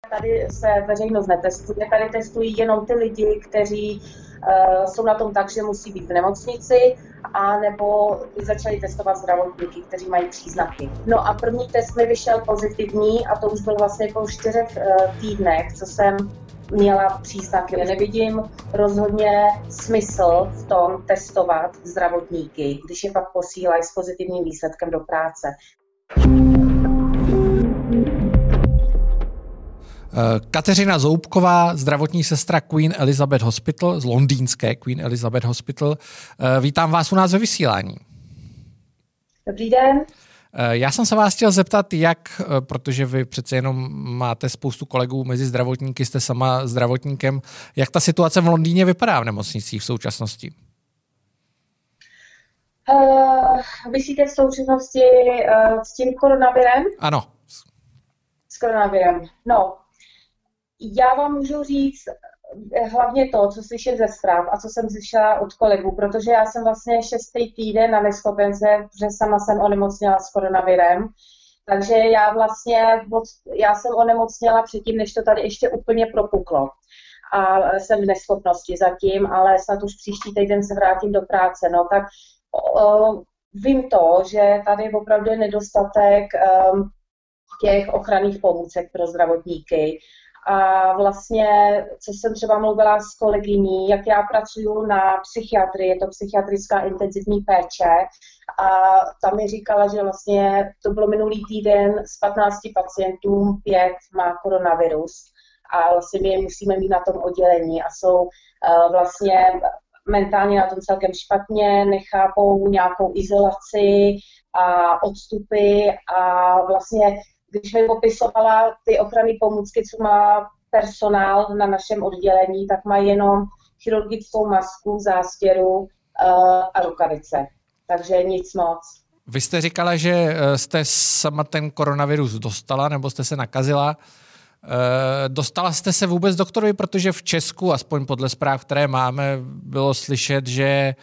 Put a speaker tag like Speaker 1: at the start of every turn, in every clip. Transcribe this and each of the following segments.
Speaker 1: Tady se veřejnost netestuje, tady testují jenom ty lidi, kteří jsou na tom tak, že musí být v nemocnici, a nebo začali testovat zdravotníky, kteří mají příznaky. No a první test mi vyšel pozitivní a to už byl vlastně po 4 týdnech, co jsem měla příznaky. Nevidím rozhodně smysl v tom testovat zdravotníky, když je pak posílají s pozitivním výsledkem do práce.
Speaker 2: Kateřina Zoubková, zdravotní sestra Queen Elizabeth Hospital, z londýnské Queen Elizabeth Hospital. Vítám vás u nás ve vysílání.
Speaker 1: Dobrý den.
Speaker 2: Já jsem se vás chtěl zeptat, protože vy přece jenom máte spoustu kolegů mezi zdravotníky, jste sama zdravotníkem, jak ta situace v Londýně vypadá v nemocnicích v současnosti?
Speaker 1: Myslíte v současnosti s tím koronavirem?
Speaker 2: Ano.
Speaker 1: S koronavirem. No, já vám můžu říct hlavně to, co slyším ze zpráv a co jsem slyšela od kolegů, protože já jsem vlastně 6. týden na neschopence, protože sama jsem onemocněla s koronavirem. Takže já jsem onemocněla předtím, než to tady ještě úplně propuklo. A jsem v neschopnosti zatím, ale snad už příští týden se vrátím do práce. No tak vím to, že tady je opravdu nedostatek těch ochranných pomůcek pro zdravotníky. A vlastně, co jsem třeba mluvila s kolegyní, jak já pracuji na psychiatrii, je to psychiatrická intenzivní péče, a tam mi říkala, že vlastně to bylo minulý týden z 15 pacientů 5 má koronavirus a vlastně my je musíme mít na tom oddělení a jsou vlastně mentálně na tom celkem špatně, nechápou nějakou izolaci a odstupy a vlastně když mi popisovala ty ochranné pomůcky, co má personál na našem oddělení, tak mají jenom chirurgickou masku, zástěru a rukavice. Takže nic moc.
Speaker 2: Vy jste říkala, že jste sama ten koronavirus dostala, nebo jste se nakazila. Dostala jste se vůbec doktorovi, protože v Česku, aspoň podle zpráv, které máme, bylo slyšet, že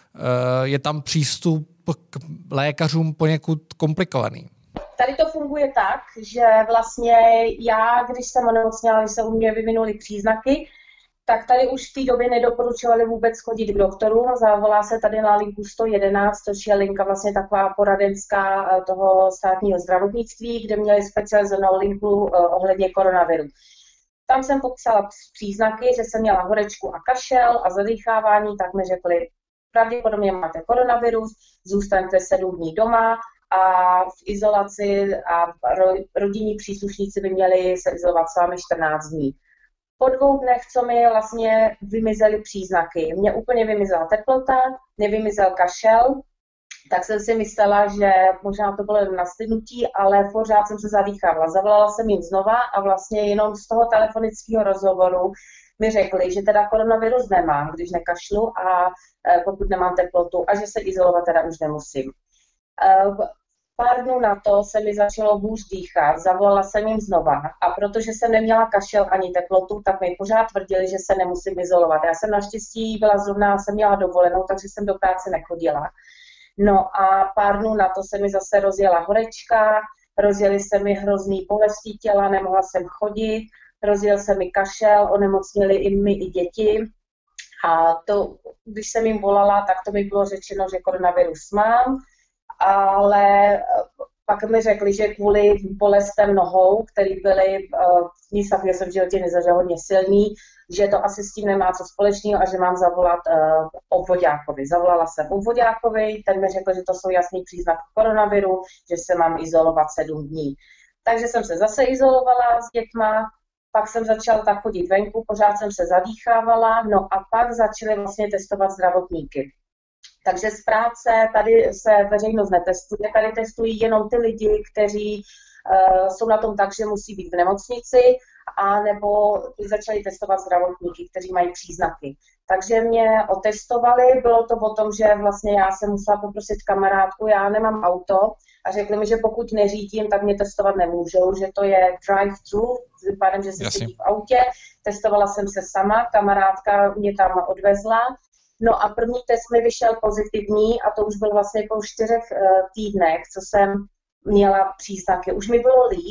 Speaker 2: je tam přístup k lékařům poněkud komplikovaný.
Speaker 1: Tady to funguje tak, že vlastně já, když jsem onemocněla, když se u mě vyvinuly příznaky, tak tady už v té době nedoporučovali vůbec chodit k doktorům. Zavolá se tady na linku 111, což je linka vlastně taková poradenská toho státního zdravotnictví, kde měli specializovanou linku ohledně koronaviru. Tam jsem popsala příznaky, že jsem měla horečku a kašel a zadýchávání, tak mi řekli, pravděpodobně máte koronavirus, zůstaňte 7 dní doma, a v izolaci a rodinní příslušníci by měli se izolovat s vámi 14 dní. Po 2 dnech, co mi vlastně vymizely příznaky, mě úplně vymizela teplota, nevymizel kašel, tak jsem si myslela, že možná to bylo jen nastydnutí, ale pořád jsem se zadýchávala. Zavolala jsem jim znova a vlastně jenom z toho telefonického rozhovoru mi řekli, že teda koronavirus nemám, když nekašlu a pokud nemám teplotu a že se izolovat teda už nemusím. Pár dnů na to se mi začalo hůř dýchat, zavolala jsem jim znova a protože jsem neměla kašel ani teplotu, tak mi pořád tvrdili, že se nemusím izolovat. Já jsem naštěstí jsem měla dovolenou, takže jsem do práce nechodila. No a pár dnů na to se mi zase rozjela horečka, rozjeli se mi hrozný bolesti těla, nemohla jsem chodit, rozjel se mi kašel, onemocnili i děti. A to, když jsem jim volala, tak to mi bylo řečeno, že koronavirus mám, ale pak mi řekli, že kvůli bolestem nohou, které byly, nic takového jsem v životě nezažila, hodně silný, že to asi s tím nemá co společného a že mám zavolat obvoďákovi. Zavolala jsem obvoďákovi, ten mi řekl, že to jsou jasný příznaky koronaviru, že se mám izolovat 7 dní. Takže jsem se zase izolovala s dětma, pak jsem začala tak chodit venku, pořád jsem se zadýchávala, no a pak začali vlastně testovat zdravotníky. Takže z práce tady se veřejnost netestuje, tady testují jenom ty lidi, kteří jsou na tom tak, že musí být v nemocnici, a nebo začali testovat zdravotníky, kteří mají příznaky. Takže mě otestovali, bylo to o tom, že vlastně já jsem musela poprosit kamarádku, já nemám auto, a řekli mi, že pokud neřídím, tak mě testovat nemůžou, že to je drive-thru, pádem, že se sedí v autě. Testovala jsem se sama, kamarádka mě tam odvezla. No a první test mi vyšel pozitivní a to už byl vlastně po 4 týdnech, co jsem měla příznaky. Už mi bylo líp,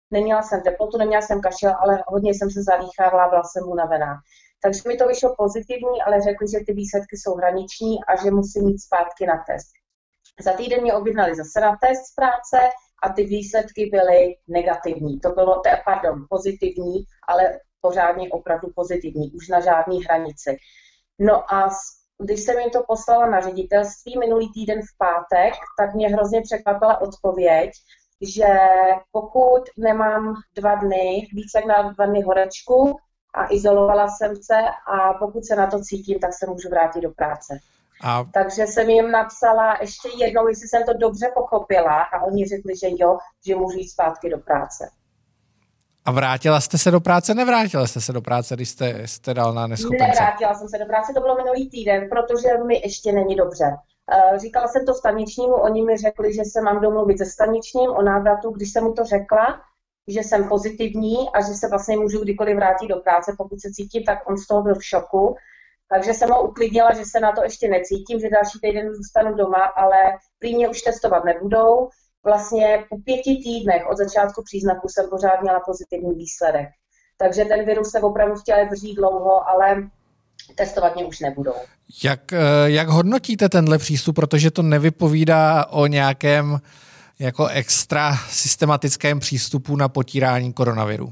Speaker 1: neměla jsem teplotu, neměla jsem kašel, ale hodně jsem se zadýchávala, byla jsem unavená. Takže mi to vyšlo pozitivní, ale řekli, že ty výsledky jsou hraniční a že musím jít zpátky na test. Za týden mě objednali zase na test z práce a ty výsledky byly negativní. To bylo, pozitivní, ale pořádně opravdu pozitivní, už na žádný hranici. No a když jsem jim to poslala na ředitelství minulý týden v pátek, tak mě hrozně překvapila odpověď, že pokud nemám 2 dny, víc jak na 2 dny horečku a izolovala jsem se a pokud se na to cítím, tak se můžu vrátit do práce. Takže jsem jim napsala ještě jednou, jestli jsem to dobře pochopila a oni řekli, že jo, že můžu jít zpátky do práce.
Speaker 2: A vrátila jste se do práce? Nevrátila jste se do práce, když jste dal na neschopence?
Speaker 1: Nevrátila jsem se do práce, to bylo minulý týden, protože mi ještě není dobře. Říkala jsem to staničnímu, oni mi řekli, že se mám domluvit se staničním o návratu, když jsem mu to řekla, že jsem pozitivní a že se vlastně můžu kdykoliv vrátit do práce, pokud se cítím, tak on z toho byl v šoku. Takže jsem ho uklidnila, že se na to ještě necítím, že další týden zůstanu doma, ale prý mě už testovat nebudou. Vlastně po 5 týdnech od začátku příznaku jsem pořád měla pozitivní výsledek. Takže ten virus se opravdu v těle drží dlouho, ale testovat mě už nebudou.
Speaker 2: Jak hodnotíte tenhle přístup, protože to nevypovídá o nějakém jako extra systematickém přístupu na potírání koronaviru?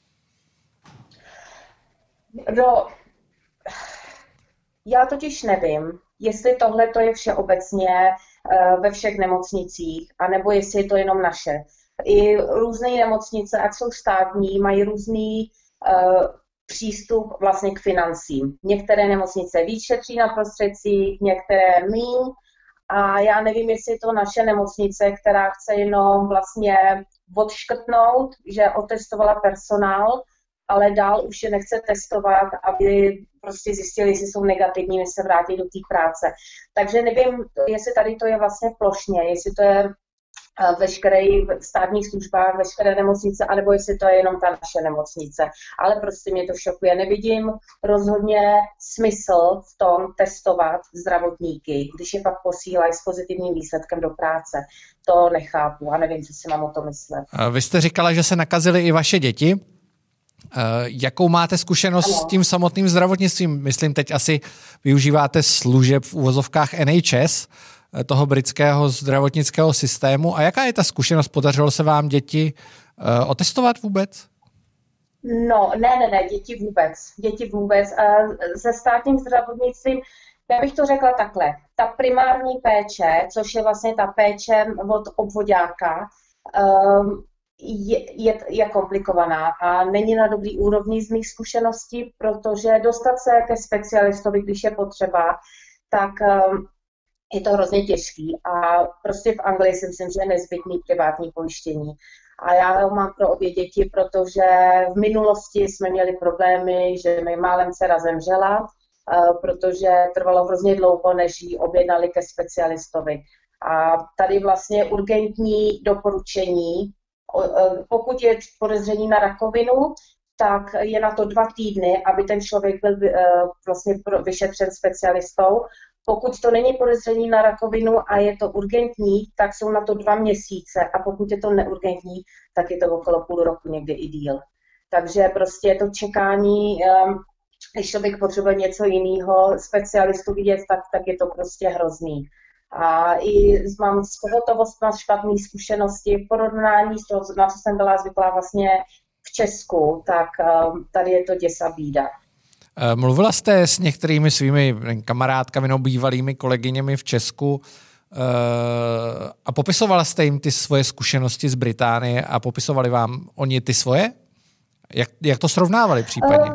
Speaker 1: No, já totiž nevím, jestli tohle to je všeobecně ve všech nemocnicích, anebo jestli je to jenom naše. I různé nemocnice, ať jsou státní, mají různý přístup vlastně k financím. Některé nemocnice víc šetří na prostředcích, některé míň. A já nevím, jestli je to naše nemocnice, která chce jenom vlastně odškrtnout, že otestovala personál, ale dál už je nechce testovat, aby prostě zjistili, jestli jsou negativní, než se vrátí do té práce. Takže nevím, jestli tady to je vlastně plošně, jestli to je veškeré v státních službách, veškeré nemocnice, anebo jestli to je jenom ta naše nemocnice. Ale prostě mě to šokuje. Nevidím rozhodně smysl v tom testovat zdravotníky, když je pak posílají s pozitivním výsledkem do práce. To nechápu a nevím, co si mám o tom myslet.
Speaker 2: Vy jste říkala, že se nakazily i vaše děti. Jakou máte zkušenost s tím samotným zdravotnictvím? Myslím, teď asi využíváte služeb v uvozovkách NHS, toho britského zdravotnického systému. A jaká je ta zkušenost? Podařilo se vám děti otestovat vůbec?
Speaker 1: No, ne, děti vůbec. Se státním zdravotnictvím, já bych to řekla takhle, ta primární péče, což je vlastně ta péče od obvoďáka, je komplikovaná a není na dobrý úrovni z mých zkušeností, protože dostat se ke specialistovi, když je potřeba, tak je to hrozně těžký a prostě v Anglii si myslím, že je nezbytný privátní pojištění. A já ho mám pro obě děti, protože v minulosti jsme měli problémy, že mi málem dcera zemřela, protože trvalo hrozně dlouho, než ji objednali ke specialistovi. A tady vlastně urgentní doporučení, pokud je podezření na rakovinu, tak je na to 2 týdny, aby ten člověk byl vlastně vyšetřen specialistou. Pokud to není podezření na rakovinu a je to urgentní, tak jsou na to 2 měsíce a pokud je to neurgentní, tak je to okolo půl roku, někdy i díl. Takže prostě to čekání, když člověk potřebuje něco jiného, specialistu vidět, tak je to prostě hrozný. A i mám z pohotovost na špatné zkušenosti v porovnání s toho, na co jsem byla zvyklá vlastně v Česku, tak tady je to děsa bída.
Speaker 2: Mluvila jste s některými svými kamarádkami nebo bývalými kolegyněmi v Česku a popisovala jste jim ty svoje zkušenosti z Británie a popisovali vám oni ty svoje? Jak to srovnávali případně?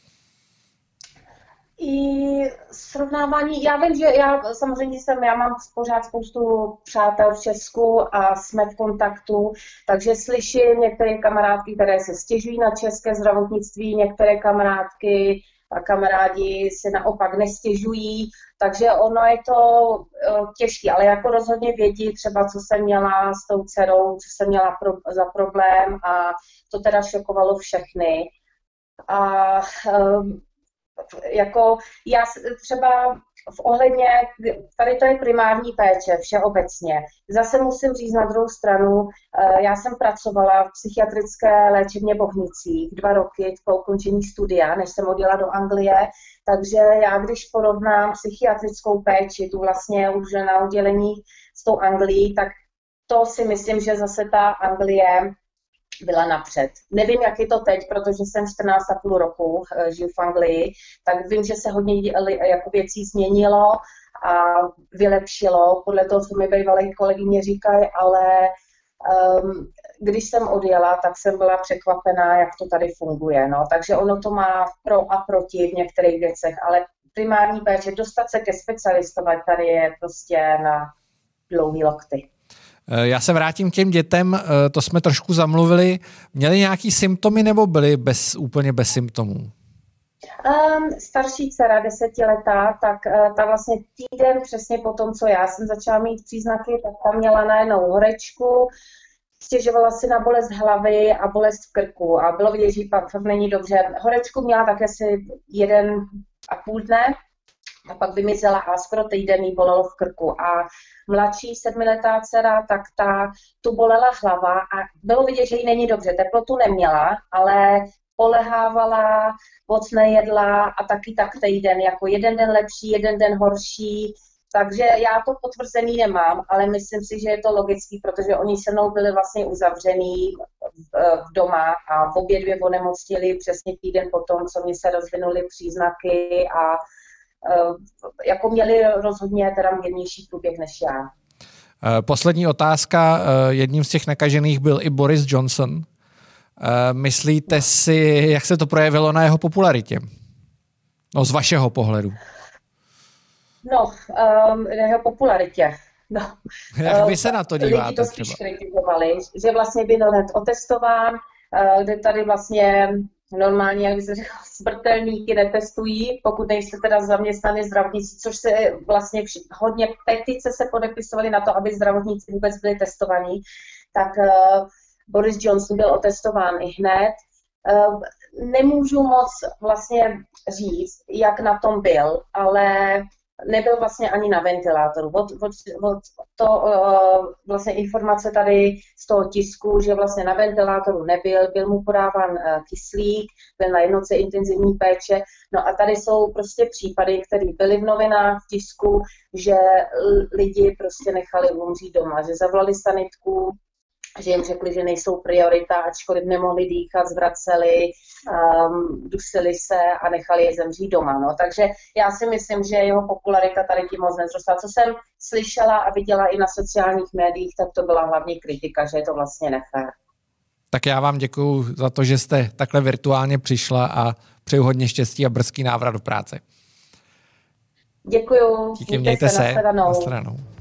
Speaker 1: I srovnávání, já vím, že já mám pořád spoustu přátel v Česku a jsme v kontaktu, takže slyším některé kamarádky, které se stěžují na české zdravotnictví, některé kamarádky a kamarádi se naopak nestěžují, takže ono je to těžké, ale jako rozhodně vědí třeba, co jsem měla s tou dcerou, co jsem měla za problém a to teda šokovalo všechny. A jako já třeba ohledně, tady to je primární péče, všeobecně. Zase musím říct na druhou stranu, já jsem pracovala v psychiatrické léčebně v Bohnicích 2 roky po ukončení studia, než jsem odjela do Anglie, takže já když porovnám psychiatrickou péči, tu vlastně už na oddělení s tou Anglií, tak to si myslím, že zase ta Anglie byla napřed. Nevím, jak je to teď, protože jsem 14,5 roku žiju v Anglii, tak vím, že se hodně jako věcí změnilo a vylepšilo, podle toho, co mi bývalé kolegyně říkají, ale když jsem odjela, tak jsem byla překvapená, jak to tady funguje. No. Takže ono to má pro a proti v některých věcech, ale primární péče, dostat se ke specialistovi tady je prostě na dlouhý lokty.
Speaker 2: Já se vrátím k těm dětem, to jsme trošku zamluvili. Měli nějaký symptomy nebo byli úplně bez symptomů?
Speaker 1: Starší dcera, 10letá, tak ta vlastně týden přesně po tom, co já jsem začala mít příznaky, tak tam měla najednou horečku, stěžovala si na bolest hlavy a bolest v krku a bylo vidět, že fakt není dobře. Horečku měla tak asi 1,5 dne, a pak vymizela a skoro týden jí bolelo v krku. A mladší 7letá dcera, tak tu bolela hlava a bylo vidět, že jí není dobře. Teplotu neměla, ale polehávala, moc nejedla a taky tak týden, jako jeden den lepší, jeden den horší. Takže já to potvrzený nemám, ale myslím si, že je to logický, protože oni se mnou byli vlastně uzavřený doma a obě dvě onemocnili přesně týden potom, co mi se rozvinuly příznaky a jako měli rozhodně teda mírnější průběh než já.
Speaker 2: Poslední otázka. Jedním z těch nakažených byl i Boris Johnson. Myslíte si, jak se to projevilo na jeho popularitě? No, z vašeho pohledu.
Speaker 1: No, jeho popularitě. No.
Speaker 2: Jak vy se na to díváte?
Speaker 1: Lidi to spíš kritizovali, že vlastně byl hned otestován, kde tady vlastně normálně, jak by se řekl, smrtelníky netestují, pokud nejste teda zaměstnaný zdravotníci, což se vlastně hodně petice se podepisovaly na to, aby zdravotníci vůbec byli testovaní, tak Boris Johnson byl otestován i hned. Nemůžu moc vlastně říct, jak na tom byl, ale nebyl vlastně ani na ventilátoru. Vlastně informace tady z toho tisku, že vlastně na ventilátoru byl mu podáván kyslík, byl na jednotce intenzivní péče. No a tady jsou prostě případy, které byly v novinách, v tisku, že lidi prostě nechali umřít doma, že zavolali sanitku, že jim řekli, že nejsou priorita, ačkoliv nemohli dýchat, zvraceli, dusili se a nechali je zemřít doma. No. Takže já si myslím, že jeho popularita tady tím moc nezrostla. Co jsem slyšela a viděla i na sociálních médiích, tak to byla hlavně kritika, že je to vlastně nefér.
Speaker 2: Tak já vám děkuju za to, že jste takhle virtuálně přišla a přeju hodně štěstí a brzký návrat do práce.
Speaker 1: Děkuju.
Speaker 2: Díky, mějte se. Na shledanou.